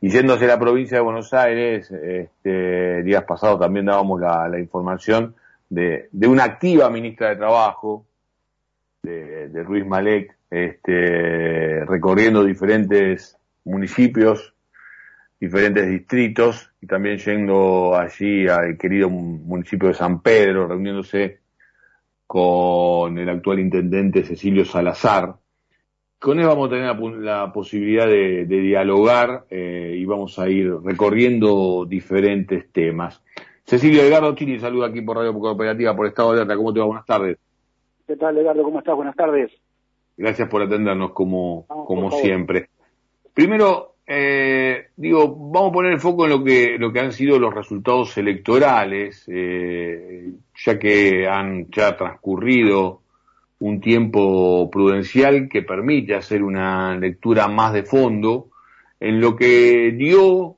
Y yendo hacia la provincia de Buenos Aires, días pasados también dábamos la información de una activa ministra de Trabajo, de Ruiz Malek, recorriendo diferentes municipios, diferentes distritos, y también yendo allí al querido municipio de San Pedro, reuniéndose con el actual intendente Cecilio Salazar. Con él vamos a tener la posibilidad de dialogar y vamos a ir recorriendo diferentes temas. Cecilio, Edgardo Chiri saluda aquí por Radio Cooperativa, por Estado de Alerta. ¿Cómo te va? Buenas tardes. ¿Qué tal, Edgardo? ¿Cómo estás? Buenas tardes. Gracias por atendernos como siempre. Primero, vamos a poner el foco en lo que han sido los resultados electorales, ya que han transcurrido un tiempo prudencial que permite hacer una lectura más de fondo en lo que dio,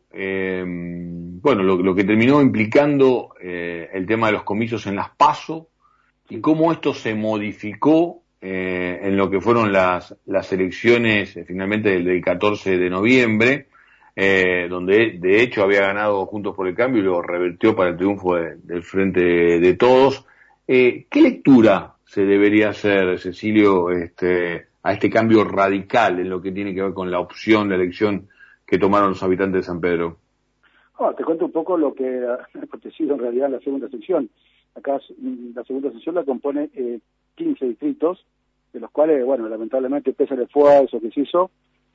lo que terminó implicando el tema de los comicios en las PASO y cómo esto se modificó en lo que fueron las elecciones finalmente del 14 de noviembre, donde de hecho había ganado Juntos por el Cambio y lo revertió para el triunfo del Frente de Todos. ¿Qué lectura se debería hacer, Cecilio, a este cambio radical en lo que tiene que ver con la opción de elección que tomaron los habitantes de San Pedro? Te cuento un poco lo que ha acontecido en realidad en la segunda sección. Acá la segunda sección la compone 15 distritos, de los cuales, lamentablemente, pese al esfuerzo que se hizo,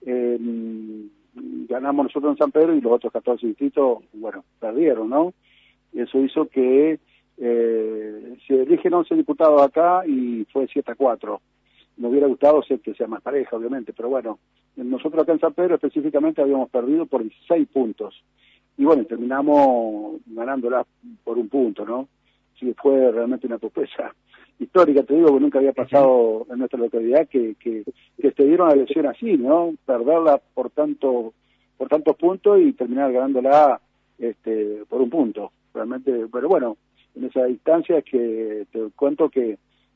ganamos nosotros en San Pedro y los otros 14 distritos, perdieron, ¿no? Y eso hizo que se eligen 11 diputados acá y fue 7-4. Me hubiera gustado ser que sea más pareja, obviamente, pero nosotros acá en San Pedro específicamente habíamos perdido por 16 puntos. Y terminamos ganándola por un punto, ¿no? Sí, fue realmente una propuesta histórica, te digo, que nunca había pasado en nuestra localidad que se diera una elección así, ¿no? Perderla por tantos puntos y terminar ganándola por un punto. Realmente, pero en esa distancia es que te cuento que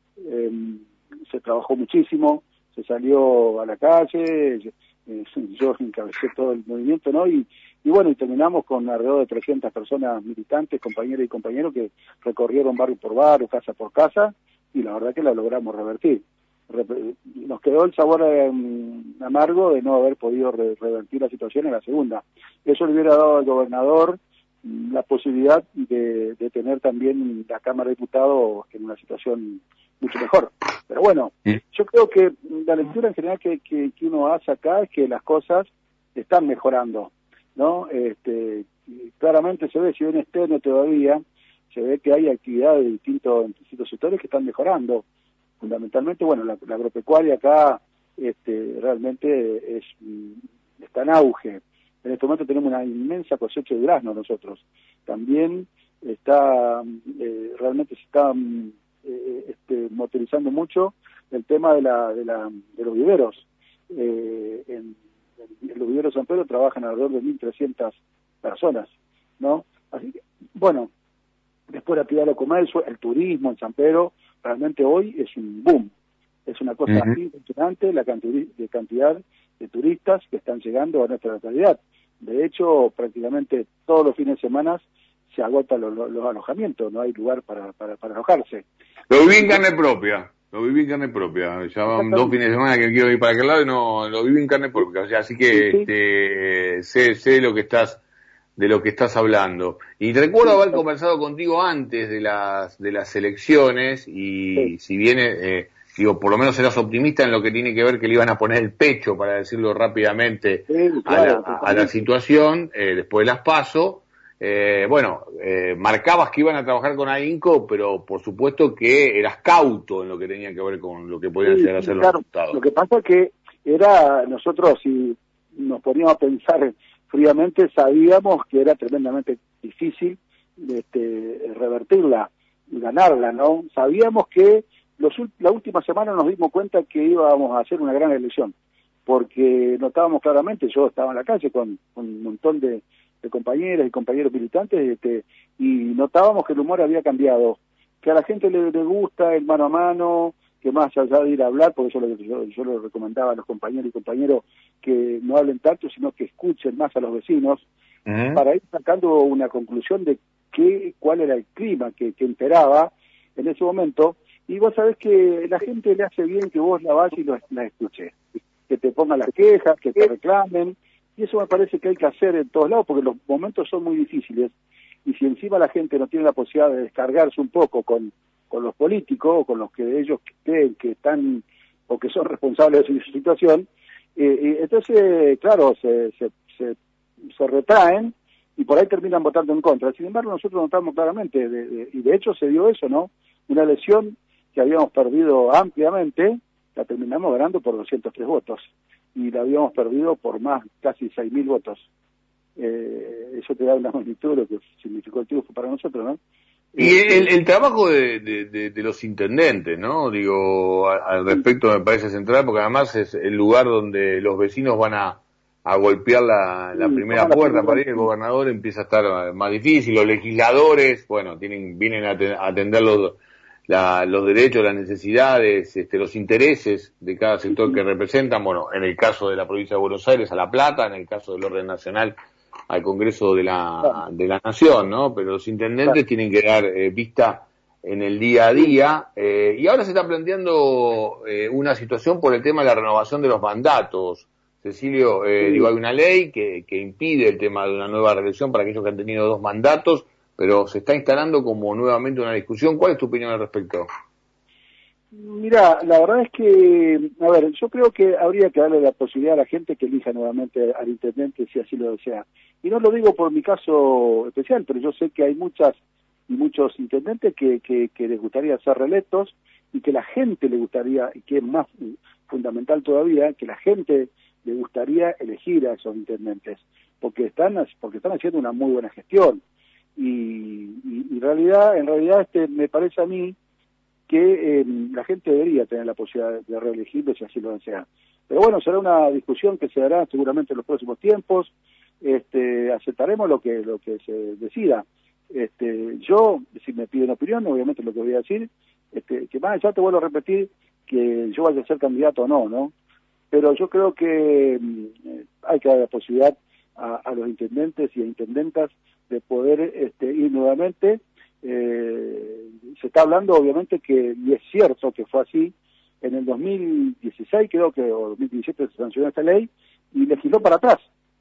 se trabajó muchísimo, se salió a la calle, yo encabecé todo el movimiento, ¿no? Y terminamos con alrededor de 300 personas militantes, compañeras y compañeros que recorrieron barrio por barrio, casa por casa, y la verdad que la logramos revertir. Nos quedó el sabor amargo de no haber podido revertir la situación en la segunda. Eso le hubiera dado al gobernador la posibilidad de tener también la Cámara de Diputados en una situación mucho mejor. Pero yo creo que la lectura en general que uno hace acá es que las cosas están mejorando, ¿no? Claramente se ve, si bien es tenue todavía, se ve que hay actividades de distintos sectores que están mejorando. Fundamentalmente, la agropecuaria acá realmente está en auge. En este momento tenemos una inmensa cosecha de durazno nosotros. También realmente se está motorizando mucho el tema de los viveros. En los viveros de San Pedro trabajan alrededor de 1.300 personas, ¿no? Así que, después la actividad del comercio, el turismo en San Pedro, realmente hoy es un boom. Es una cosa impresionante la cantidad de turistas que están llegando a nuestra localidad. De hecho, prácticamente todos los fines de semana se agotan los alojamientos, no hay lugar para alojarse. Lo viví en carne propia. Ya van 2 fines de semana que quiero ir para aquel lado y no lo viví en carne propia. O sea, así que sé de lo que estás hablando. Y recuerdo haber conversado contigo antes de las elecciones y si bien por lo menos eras optimista en lo que tiene que ver que le iban a poner el pecho, para decirlo rápidamente, a la situación después de las PASO. Marcabas que iban a trabajar con AINCO, pero por supuesto que eras cauto en lo que tenía que ver con lo que podían llegar a ser los resultados. Lo que pasa es que nosotros, si nos poníamos a pensar fríamente, sabíamos que era tremendamente difícil revertirla y ganarla, ¿no? Sabíamos que la última semana nos dimos cuenta que íbamos a hacer una gran elección, porque notábamos claramente, yo estaba en la calle con un montón de compañeras y compañeros militantes, y notábamos que el humor había cambiado, que a la gente le gusta el mano a mano, que más allá de ir a hablar, porque yo lo recomendaba a los compañeros y compañeros que no hablen tanto, sino que escuchen más a los vecinos, para ir sacando una conclusión de cuál era el clima que imperaba en ese momento. Y vos sabés que la gente le hace bien que vos la vayas y la escuches, que te pongan las quejas, que te reclamen, y eso me parece que hay que hacer en todos lados, porque los momentos son muy difíciles, y si encima la gente no tiene la posibilidad de descargarse un poco con los políticos, o con los que ellos creen que están, o que son responsables de su situación, entonces, claro, se retraen, y por ahí terminan votando en contra. Sin embargo, nosotros notamos claramente, y de hecho se dio eso, ¿no? Una elección que habíamos perdido ampliamente, la terminamos ganando por 203 votos, y la habíamos perdido por más, casi 6.000 votos. Eso te da una magnitud de lo que significó el triunfo para nosotros, ¿no? Y el trabajo de los intendentes, ¿no? Digo, al respecto me parece central, porque además es el lugar donde los vecinos van a golpear la primera puerta para ir. El gobernador empieza a estar más difícil, los legisladores, bueno, vienen a atender los derechos, las necesidades, los intereses de cada sector que representan. Bueno, en el caso de la provincia de Buenos Aires, a La Plata; en el caso del orden nacional, al Congreso de la Nación, ¿no? Pero los intendentes tienen que dar vista en el día a día, y ahora se está planteando una situación por el tema de la renovación de los mandatos. Cecilio, digo, hay una ley que impide el tema de una nueva reelección para aquellos que han tenido 2 mandatos, pero se está instalando como nuevamente una discusión. ¿Cuál es tu opinión al respecto? Mira, la verdad es que, a ver, yo creo que habría que darle la posibilidad a la gente que elija nuevamente al intendente si así lo desea. Y no lo digo por mi caso especial, pero yo sé que hay muchos intendentes que les gustaría ser reelectos, y que la gente le gustaría, y que es más fundamental todavía, que la gente le gustaría elegir a esos intendentes, porque están haciendo una muy buena gestión. Y en realidad me parece a mí que la gente debería tener la posibilidad de reelegirlo si así lo desea. Pero bueno, será una discusión que se dará seguramente en los próximos tiempos. Aceptaremos lo que se decida. Yo, si me piden opinión, obviamente lo que voy a decir, que más allá te vuelvo a repetir que yo vaya a ser candidato o no, ¿no? Pero yo creo que hay que dar la posibilidad a los intendentes y a intendentas de poder ir nuevamente. Se está hablando, obviamente, y es cierto que fue así, en el 2016 creo que, o 2017 se sancionó esta ley, y legisló para atrás,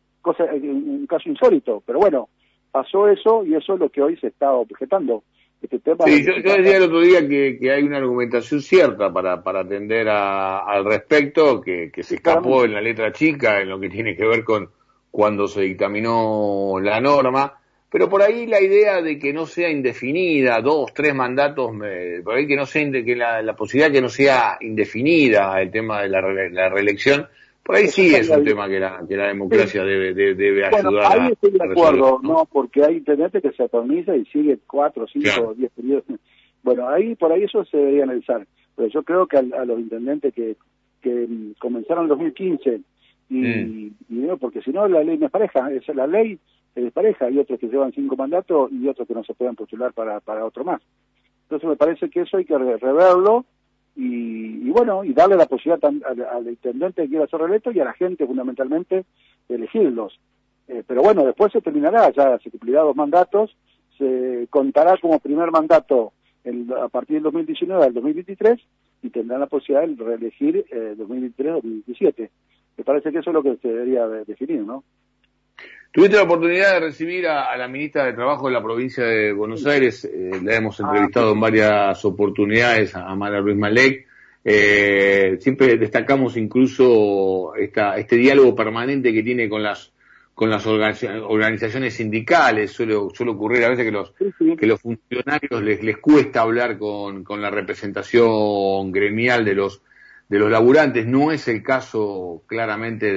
un caso insólito, pero bueno, pasó eso, y eso es lo que hoy se está objetando. Este tema sí, yo decía el otro día que hay una argumentación cierta para atender al respecto, que se escapó en la letra chica, en lo que tiene que ver con cuando se dictaminó la norma, pero por ahí la idea de que no sea indefinida, 2, 3 mandatos, por ahí que no sea, que la posibilidad que no sea indefinida el tema de la reelección, por ahí sí es un tema que la democracia debe ayudar. Bueno, ahí estoy de acuerdo, ¿no? Porque hay intendentes que se atorniza y sigue 4, 5, 10 periodos. Bueno, por ahí eso se debería analizar. Pero yo creo que a los intendentes que comenzaron en 2015 y no, porque si no la ley no es pareja, la ley es pareja, hay otros que llevan 5 mandatos y otros que no se pueden postular para otro más. Entonces me parece que eso hay que reverlo, y bueno, y darle la posibilidad al intendente que quiera ser reelecto y a la gente fundamentalmente de elegirlos. Pero bueno, después se terminará, ya se cumplirá 2 mandatos, se contará como primer mandato a partir del 2019 al 2023, y tendrán la posibilidad de reelegir 2023-2027. Me parece que eso es lo que se debería definir, ¿no? Tuviste la oportunidad de recibir a la ministra de Trabajo de la provincia de Buenos Aires. La hemos entrevistado en varias oportunidades, a Mara Ruiz Malek. Siempre destacamos incluso este diálogo permanente que tiene con las organizaciones sindicales. Suele ocurrir a veces que los funcionarios les cuesta hablar con la representación gremial de los laburantes. No es el caso claramente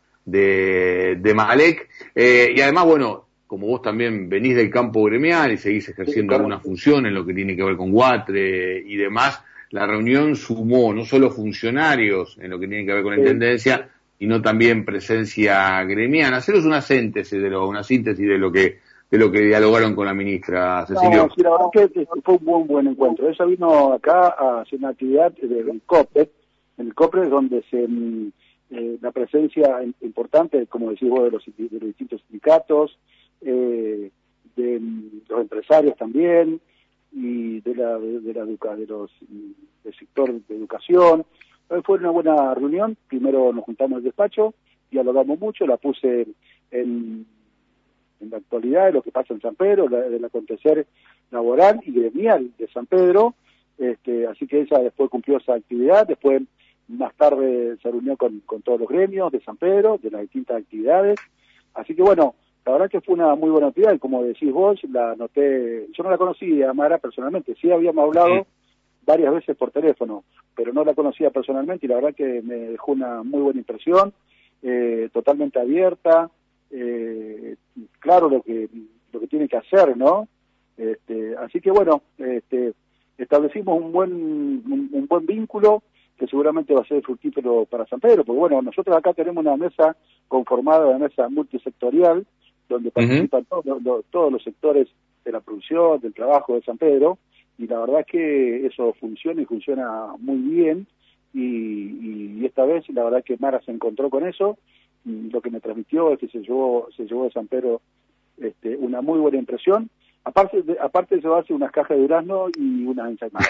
de Malek, y además, bueno, como vos también venís del campo gremial y seguís ejerciendo alguna función en lo que tiene que ver con Guatre y demás, la reunión sumó no solo funcionarios en lo que tiene que ver con la intendencia, sino también presencia gremial. Haceros una síntesis de lo que de lo que dialogaron con la ministra, Cecilio. No, sí, la verdad que fue un buen encuentro. Ella vino acá a hacer una actividad del COPRED, en el COPRED donde la presencia importante, como decís vos, de los distintos sindicatos, de los empresarios también, y del sector de educación. Fue una buena reunión. Primero nos juntamos en el despacho, dialogamos mucho, la puse en la actualidad de lo que pasa en San Pedro, del acontecer laboral y gremial de San Pedro, así que ella después cumplió esa actividad. Después, más tarde, se reunió con todos los gremios de San Pedro, de las distintas actividades, así que bueno, la verdad que fue una muy buena actividad, y como decís vos, la noté. Yo no la conocía a Mara personalmente, sí habíamos hablado varias veces por teléfono, pero no la conocía personalmente, y la verdad que me dejó una muy buena impresión, totalmente abierta, claro lo que tiene que hacer, ¿no? Así que bueno, establecimos un buen vínculo que seguramente va a ser fructífero para San Pedro, porque bueno, nosotros acá tenemos una mesa conformada, una mesa multisectorial, donde participan todos los sectores de la producción, del trabajo de San Pedro, y la verdad es que eso funciona, y funciona muy bien, y esta vez la verdad que Mara se encontró con eso, y lo que me transmitió es que se llevó de San Pedro una muy buena impresión. Aparte de llevarse unas cajas de durazno y unas ensaimadas.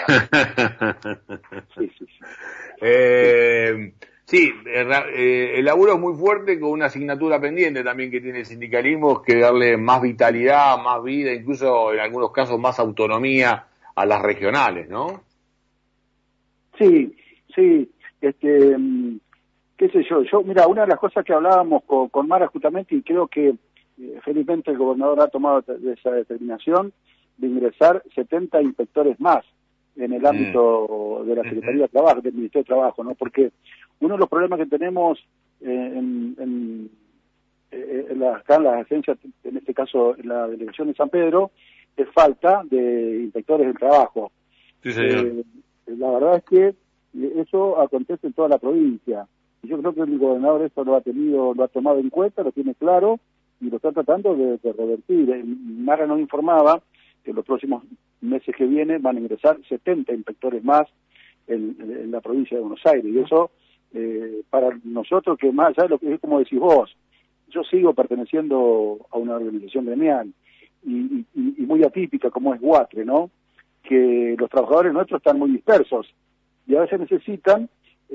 Sí, el laburo es muy fuerte, con una asignatura pendiente también que tiene el sindicalismo, que darle más vitalidad, más vida, incluso en algunos casos más autonomía a las regionales, ¿no? Sí, qué sé yo, mira, una de las cosas que hablábamos con Mara justamente, y creo que felizmente el gobernador ha tomado esa determinación de ingresar 70 inspectores más en el ámbito de la Secretaría de Trabajo, del Ministerio de Trabajo, ¿no? Porque uno de los problemas que tenemos en las agencias, en este caso en la delegación de San Pedro, es falta de inspectores del trabajo. Sí, señor. La verdad es que eso acontece en toda la provincia. Y yo creo que el gobernador eso lo ha tomado en cuenta, lo tiene claro, y lo está tratando de revertir. Mara nos informaba que en los próximos meses que vienen van a ingresar 70 inspectores más en la provincia de Buenos Aires, y eso para nosotros, que más allá de lo que es, como decís vos, yo sigo perteneciendo a una organización gremial y muy atípica como es Guatre, ¿no? Que los trabajadores nuestros están muy dispersos y a veces necesitan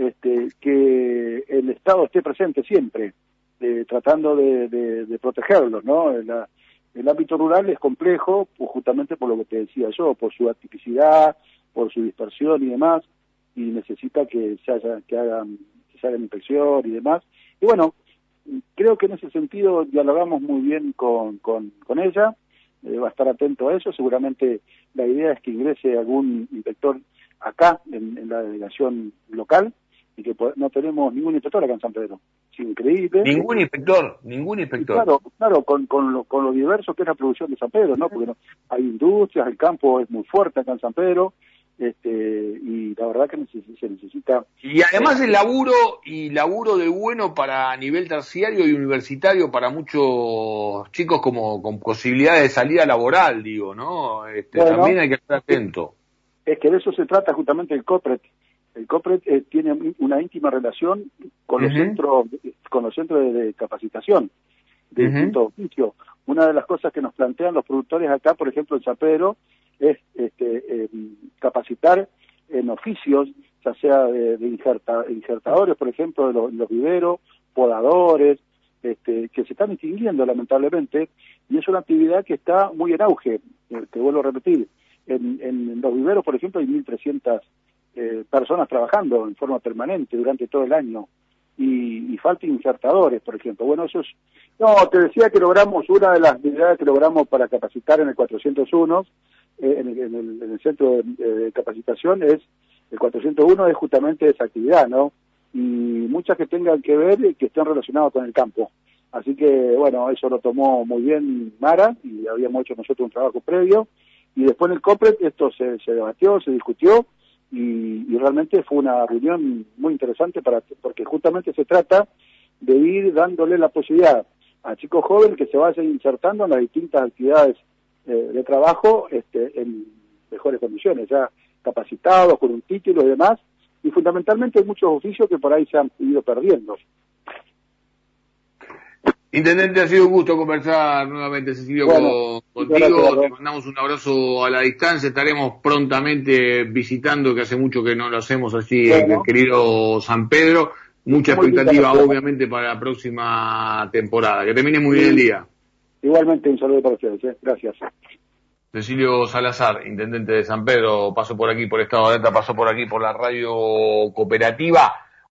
que el Estado esté presente siempre, tratando de protegerlos, ¿no? El ámbito rural es complejo, pues justamente por lo que te decía yo, por su atipicidad, por su dispersión y demás, y necesita que se hagan inspección y demás. Y bueno, creo que en ese sentido dialogamos muy bien con ella, va a estar atento a eso. Seguramente la idea es que ingrese algún inspector acá en la delegación local, y que no tenemos ningún inspector acá en San Pedro. Es increíble. Ningún inspector. Y claro, con lo diverso que es la producción de San Pedro, ¿no? Porque hay industrias, el campo es muy fuerte acá en San Pedro, y la verdad que se necesita. Y además el laburo de bueno para nivel terciario y universitario para muchos chicos con posibilidades de salida laboral, digo, ¿no? Bueno, también hay que estar atento. Es que de eso se trata justamente el COPRED. El COPRED tiene una íntima relación con los centros de capacitación de distintos oficios. Una de las cosas que nos plantean los productores acá, por ejemplo en San Pedro, es capacitar en oficios, ya sea de injertadores, por ejemplo, de los viveros, podadores, que se están extinguiendo lamentablemente, y es una actividad que está muy en auge. Te vuelvo a repetir, en los viveros, por ejemplo, hay 1.300 personas trabajando en forma permanente durante todo el año, y falta insertadores, por ejemplo. Bueno, eso es... No, te decía que logramos, una de las actividades que logramos para capacitar en el 401, en el centro de capacitación, el 401 es justamente esa actividad, ¿no? Y muchas que tengan que ver, que estén relacionadas con el campo. Así que, bueno, eso lo tomó muy bien Mara, y habíamos hecho nosotros un trabajo previo, y después en el COPRED esto se debatió, se discutió, y realmente fue una reunión muy interesante porque justamente se trata de ir dándole la posibilidad a chicos jóvenes que se vayan insertando en las distintas actividades de trabajo en mejores condiciones, ya capacitados, con un título y demás, y fundamentalmente hay muchos oficios que por ahí se han ido perdiendo. Intendente, ha sido un gusto conversar nuevamente, Cecilio, contigo. Te mandamos un abrazo a la distancia. Estaremos prontamente visitando, que hace mucho que no lo hacemos así, el querido San Pedro. Mucha expectativa, obviamente, para la próxima temporada. Que termine muy bien el día. Igualmente, un saludo para ustedes. Gracias. Cecilio Salazar, intendente de San Pedro, pasó por aquí, por Estado de Alerta, pasó por aquí, por la radio cooperativa.